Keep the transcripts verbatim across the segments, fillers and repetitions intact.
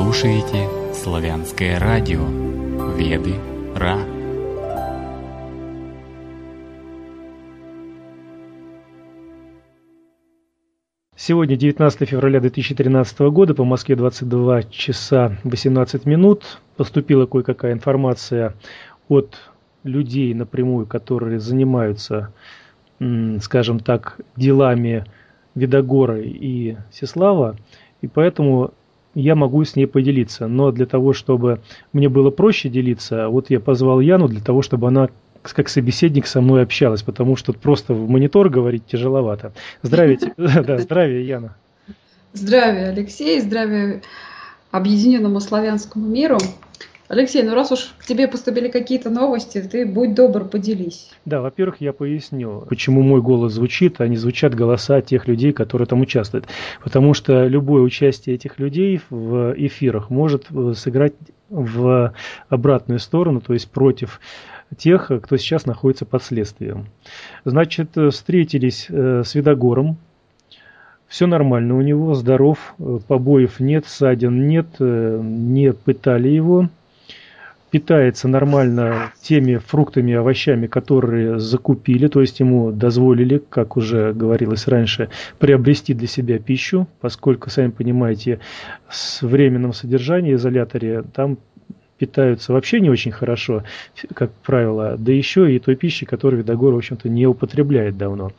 слушаете Славянское радио Веды Ра. Сегодня девятнадцатое февраля две тысячи тринадцатого года, по Москве двадцать два часа восемнадцать минут. Поступила кое-какая информация от людей напрямую, которые занимаются, скажем так, делами Видогора и Всеслава, и поэтому я могу с ней поделиться. Но для того, чтобы мне было проще делиться, вот я позвал Яну для того, чтобы она как собеседник со мной общалась, потому что просто в монитор говорить тяжеловато. Здравия, да, здравия, Яна. Здравия, Алексей, здравия объединенному славянскому миру. Алексей, ну раз уж к тебе поступили какие-то новости, ты будь добр, поделись. Да, во-первых, я поясню, почему мой голос звучит, а не звучат голоса тех людей, которые там участвуют. Потому что любое участие этих людей в эфирах может сыграть в обратную сторону, то есть против тех, кто сейчас находится под следствием. Значит, встретились с Видогором. Все нормально у него, здоров, побоев нет, ссадин нет, не пытали его. Питается нормально теми фруктами и овощами, которые закупили, то есть ему дозволили, как уже говорилось раньше, приобрести для себя пищу, поскольку, сами понимаете, с временным содержанием в изоляторе там питаются вообще не очень хорошо, как правило, да еще и той пищей, которую Видогор, в общем-то, не употребляет давно.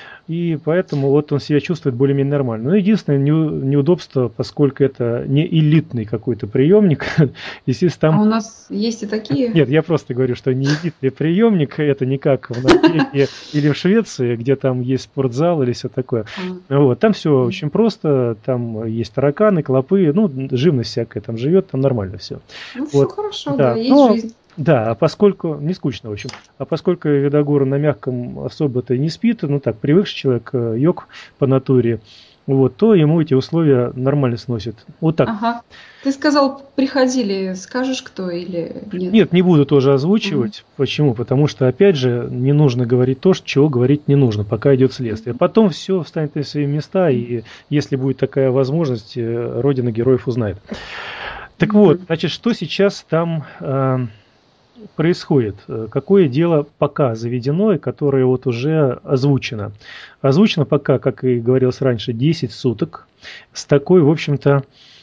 И поэтому вот он себя чувствует более-менее нормально. Но единственное неудобство, поскольку это не элитный какой-то приемник, естественно, там... А у нас есть и такие? Нет, я просто говорю, что не элитный приемник, это не как в Норвегии или в Швеции, где там есть спортзал или все такое. А. Вот, там все очень просто, там есть тараканы, клопы, ну, живность всякая там живет, там нормально все. Ну, вот. Все хорошо, да, да, есть но... жизнь. Да, а поскольку, не скучно, в общем, а поскольку Видогор на мягком особо-то не спит, ну так, привыкший человек, йог по натуре, вот, то ему эти условия нормально сносят. Вот так. Ага. Ты сказал, приходили, скажешь, кто или нет? Нет, не буду тоже озвучивать. Mm-hmm. Почему? Потому что, опять же, не нужно говорить то, чего говорить не нужно, пока идет следствие. Потом все встанет на свои места, и если будет такая возможность, Родина героев узнает. Так mm-hmm. вот, значит, что сейчас там... происходит, какое дело пока заведено и которое вот уже озвучено. Озвучено пока, как и говорилось раньше, десять суток с такой, в общем-то,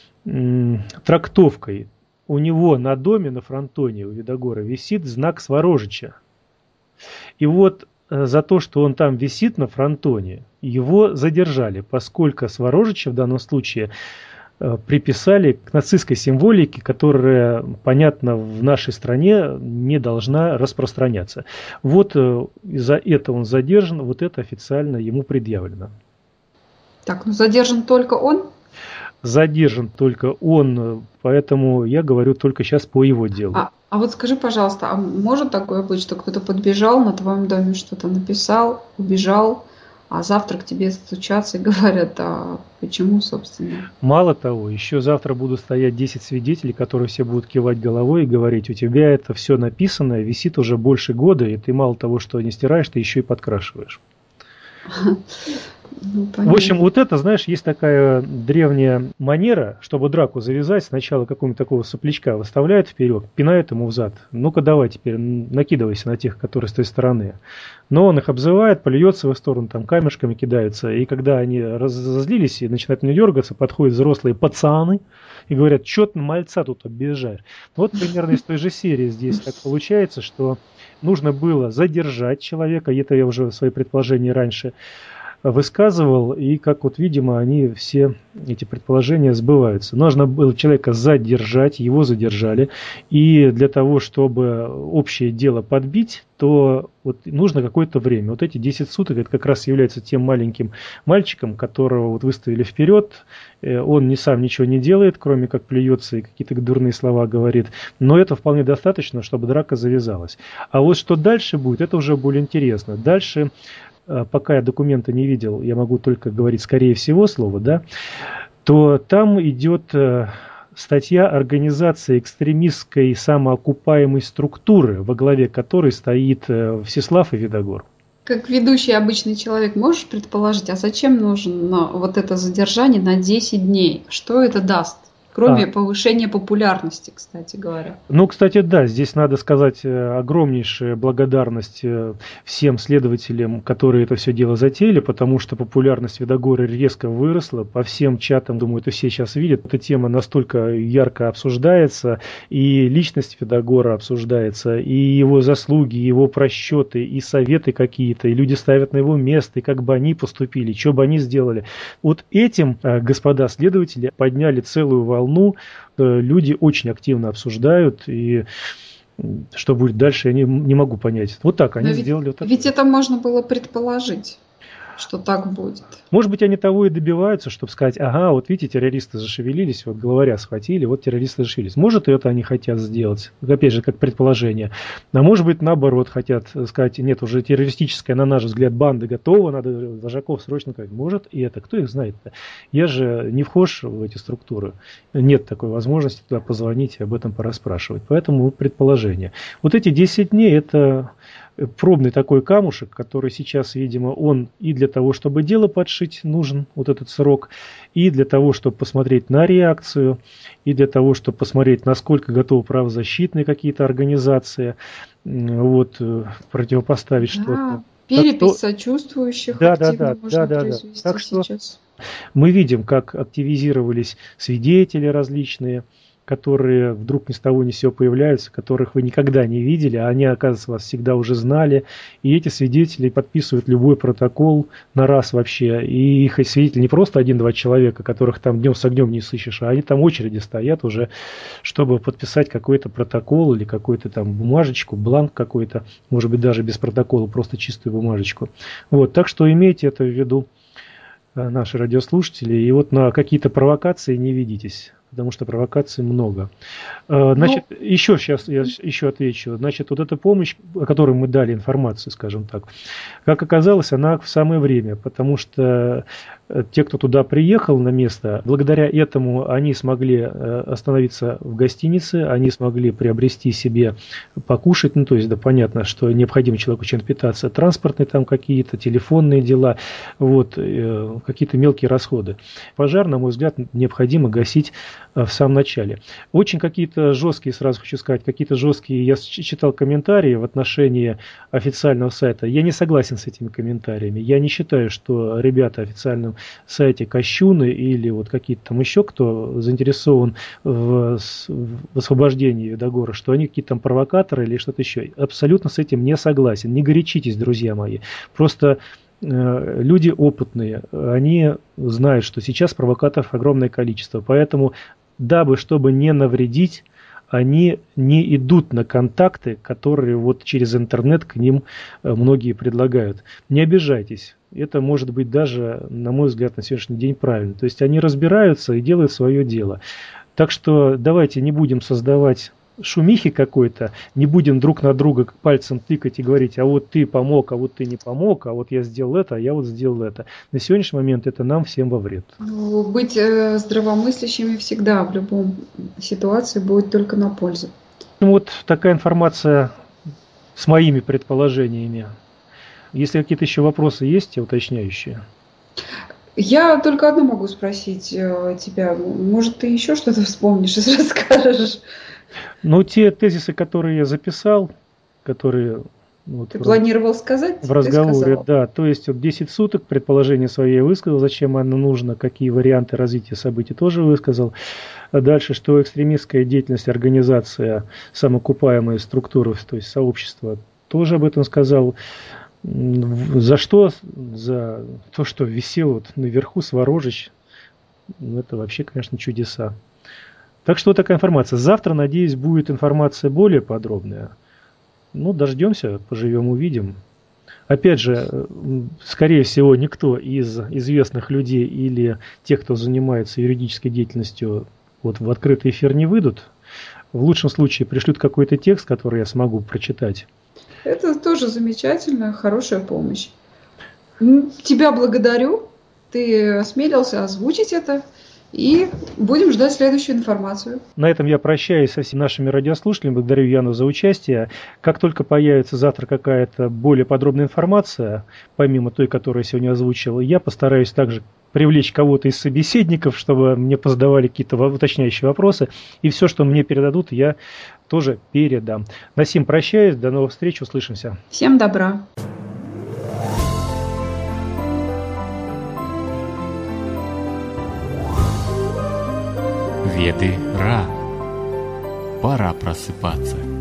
трактовкой. У него на доме, на фронтоне у Видогора висит знак Сварожича. И вот за то, что он там висит на фронтоне, его задержали, поскольку Сварожича в данном случае приписали к нацистской символике, которая, понятно, в нашей стране не должна распространяться. Вот за это он задержан, вот это официально ему предъявлено. Так, ну задержан только он? Задержан только он, поэтому я говорю только сейчас по его делу. А, а вот скажи, пожалуйста, а может такое быть, что кто-то подбежал на твоем доме, что-то написал, убежал, а завтра к тебе стучатся и говорят, а почему, собственно? Мало того, еще завтра будут стоять десять свидетелей, которые все будут кивать головой и говорить, у тебя это все написано, висит уже больше года, и ты мало того, что не стираешь, ты еще и подкрашиваешь. Ну, в общем, вот это, знаешь, есть такая древняя манера, чтобы драку завязать, сначала какого-нибудь такого соплячка выставляют вперед, пинают ему в зад. Ну-ка давай теперь, накидывайся на тех, которые с той стороны. Но он их обзывает, плюется в их сторону, там камешками кидаются. И когда они разозлились и начинают не дергаться, подходят взрослые пацаны и говорят, что ты на мальца тут объезжаешь. Вот примерно из той же серии здесь так получается, что нужно было задержать человека, это я уже свои предположения раньше высказывал, и как вот, видимо, они все, эти предположения сбываются. Нужно было человека задержать, его задержали, и для того, чтобы общее дело подбить, то вот нужно какое-то время. Вот эти десять суток, это как раз является тем маленьким мальчиком, которого вот выставили вперед, он не сам ничего не делает, кроме как плюется и какие-то дурные слова говорит, но это вполне достаточно, чтобы драка завязалась. А вот что дальше будет, это уже более интересно. Дальше, пока я документа не видел, я могу только говорить скорее всего слово, да, то там идет статья организации экстремистской самоокупаемой структуры, во главе которой стоит Всеслав и Видогор. Как ведущий обычный человек можешь предположить, а зачем нужно вот это задержание на десять дней? Что это даст? Кроме А. повышения популярности, кстати говоря. Ну, кстати, да, здесь надо сказать э, огромнейшая благодарность э, всем следователям, которые это все дело затеяли, потому что популярность Видогора резко выросла. По всем чатам, думаю, это все сейчас видят. Эта тема настолько ярко обсуждается, и личность Видогора обсуждается, и его заслуги, и его просчеты, и советы какие-то, и люди ставят на его место, и как бы они поступили, что бы они сделали. Вот этим э, господа следователи подняли целую волну. Люди очень активно обсуждают, и что будет дальше, я не, не могу понять. Вот так они Но ведь, сделали. Вот так. Ведь это можно было предположить, что так будет. Может быть, они того и добиваются, чтобы сказать, ага, вот видите, террористы зашевелились, вот главаря схватили, вот террористы зашевелились. Может, это они хотят сделать, опять же, как предположение. А может быть, наоборот, хотят сказать, нет, уже террористическая, на наш взгляд, банда готова, надо вожаков срочно сказать. Может, и это, кто их знает-то? Я же не вхож в эти структуры. Нет такой возможности туда позвонить и об этом порасспрашивать. Поэтому предположение. Вот эти десять дней, это пробный такой камушек, который сейчас, видимо, он и для того, чтобы дело подшить, нужен вот этот срок, и для того, чтобы посмотреть на реакцию, и для того, чтобы посмотреть, насколько готовы правозащитные какие-то организации, вот, противопоставить да, что-то. Перепись что... сочувствующих да, активно да, да, можно да, да, произвести да. Так что сейчас. Мы видим, как активизировались свидетели различные, которые вдруг ни с того ни с сего появляются, которых вы никогда не видели, а они, оказывается, вас всегда уже знали. И эти свидетели подписывают любой протокол на раз вообще. И их свидетели не просто один-два человека, которых там днем с огнем не сыщешь, а они там очереди стоят уже, чтобы подписать какой-то протокол или какую-то там бумажечку, бланк какой-то, может быть, даже без протокола, просто чистую бумажечку. Вот, так что имейте это в виду, наши радиослушатели, и вот на какие-то провокации не ведитесь. Потому что провокаций много. Значит, ну, еще сейчас я еще отвечу. Значит, вот эта помощь, о которой мы дали информацию, скажем так, как оказалось, она в самое время, потому что те, кто туда приехал на место, благодаря этому они смогли остановиться в гостинице, они смогли приобрести себе покушать, ну, то есть, да, понятно, что необходимо человеку чем-то питаться, транспортные там какие-то, телефонные дела, вот, какие-то мелкие расходы. Пожар, на мой взгляд, необходимо гасить в самом начале. Очень какие-то жесткие, сразу хочу сказать, какие-то жесткие, я читал комментарии в отношении официального сайта. Я не согласен с этими комментариями. Я не считаю, что ребята в официальном сайте Кощуны или вот какие-то там еще, кто заинтересован в, в освобождении Видогора, что они какие-то там провокаторы или что-то еще. Абсолютно с этим не согласен. Не горячитесь, друзья мои. Просто люди опытные, они знают, что сейчас провокаторов огромное количество, поэтому, дабы, чтобы не навредить, они не идут на контакты, которые вот через интернет к ним многие предлагают. Не обижайтесь, это может быть даже, на мой взгляд, на сегодняшний день правильно. То есть они разбираются и делают свое дело. Так что давайте не будем создавать шумихи какой-то, не будем друг на друга пальцем тыкать и говорить, а вот ты помог, а вот ты не помог, а вот я сделал это, а я вот сделал это. На сегодняшний момент это нам всем во вред. Ну, быть э, здравомыслящими всегда в любом ситуации будет только на пользу. Вот такая информация с моими предположениями. Если какие-то еще вопросы есть, уточняющие? Я только одно могу спросить э, тебя. Может, ты еще что-то вспомнишь и расскажешь? Ну, те тезисы, которые я записал, которые... Вот, ты в, планировал сказать? В разговоре, да. То есть вот десять суток, предположение свое я высказал, зачем оно нужно, какие варианты развития событий тоже высказал. А дальше, что экстремистская деятельность, организация, самоокупаемые структуры, то есть сообщество, тоже об этом сказал. За что? За то, что висел вот наверху Сворожич. Ну, это вообще, конечно, чудеса. Так что вот такая информация. Завтра, надеюсь, будет информация более подробная. Ну, дождемся, поживем, увидим. Опять же, скорее всего, никто из известных людей или тех, кто занимается юридической деятельностью, вот в открытый эфир не выйдут. В лучшем случае пришлют какой-то текст, который я смогу прочитать. Это тоже замечательно, хорошая помощь. Тебя благодарю. Ты осмелился озвучить это. И будем ждать следующую информацию. На этом я прощаюсь со всеми нашими радиослушателями. Благодарю Яну за участие. Как только появится завтра какая-то более подробная информация, помимо той, которую я сегодня озвучил, я постараюсь также привлечь кого-то из собеседников, чтобы мне позадавали какие-то уточняющие вопросы. И все, что мне передадут, я тоже передам. На сим прощаюсь. До новых встреч. Услышимся. Всем добра. Веды Ра. Пора просыпаться.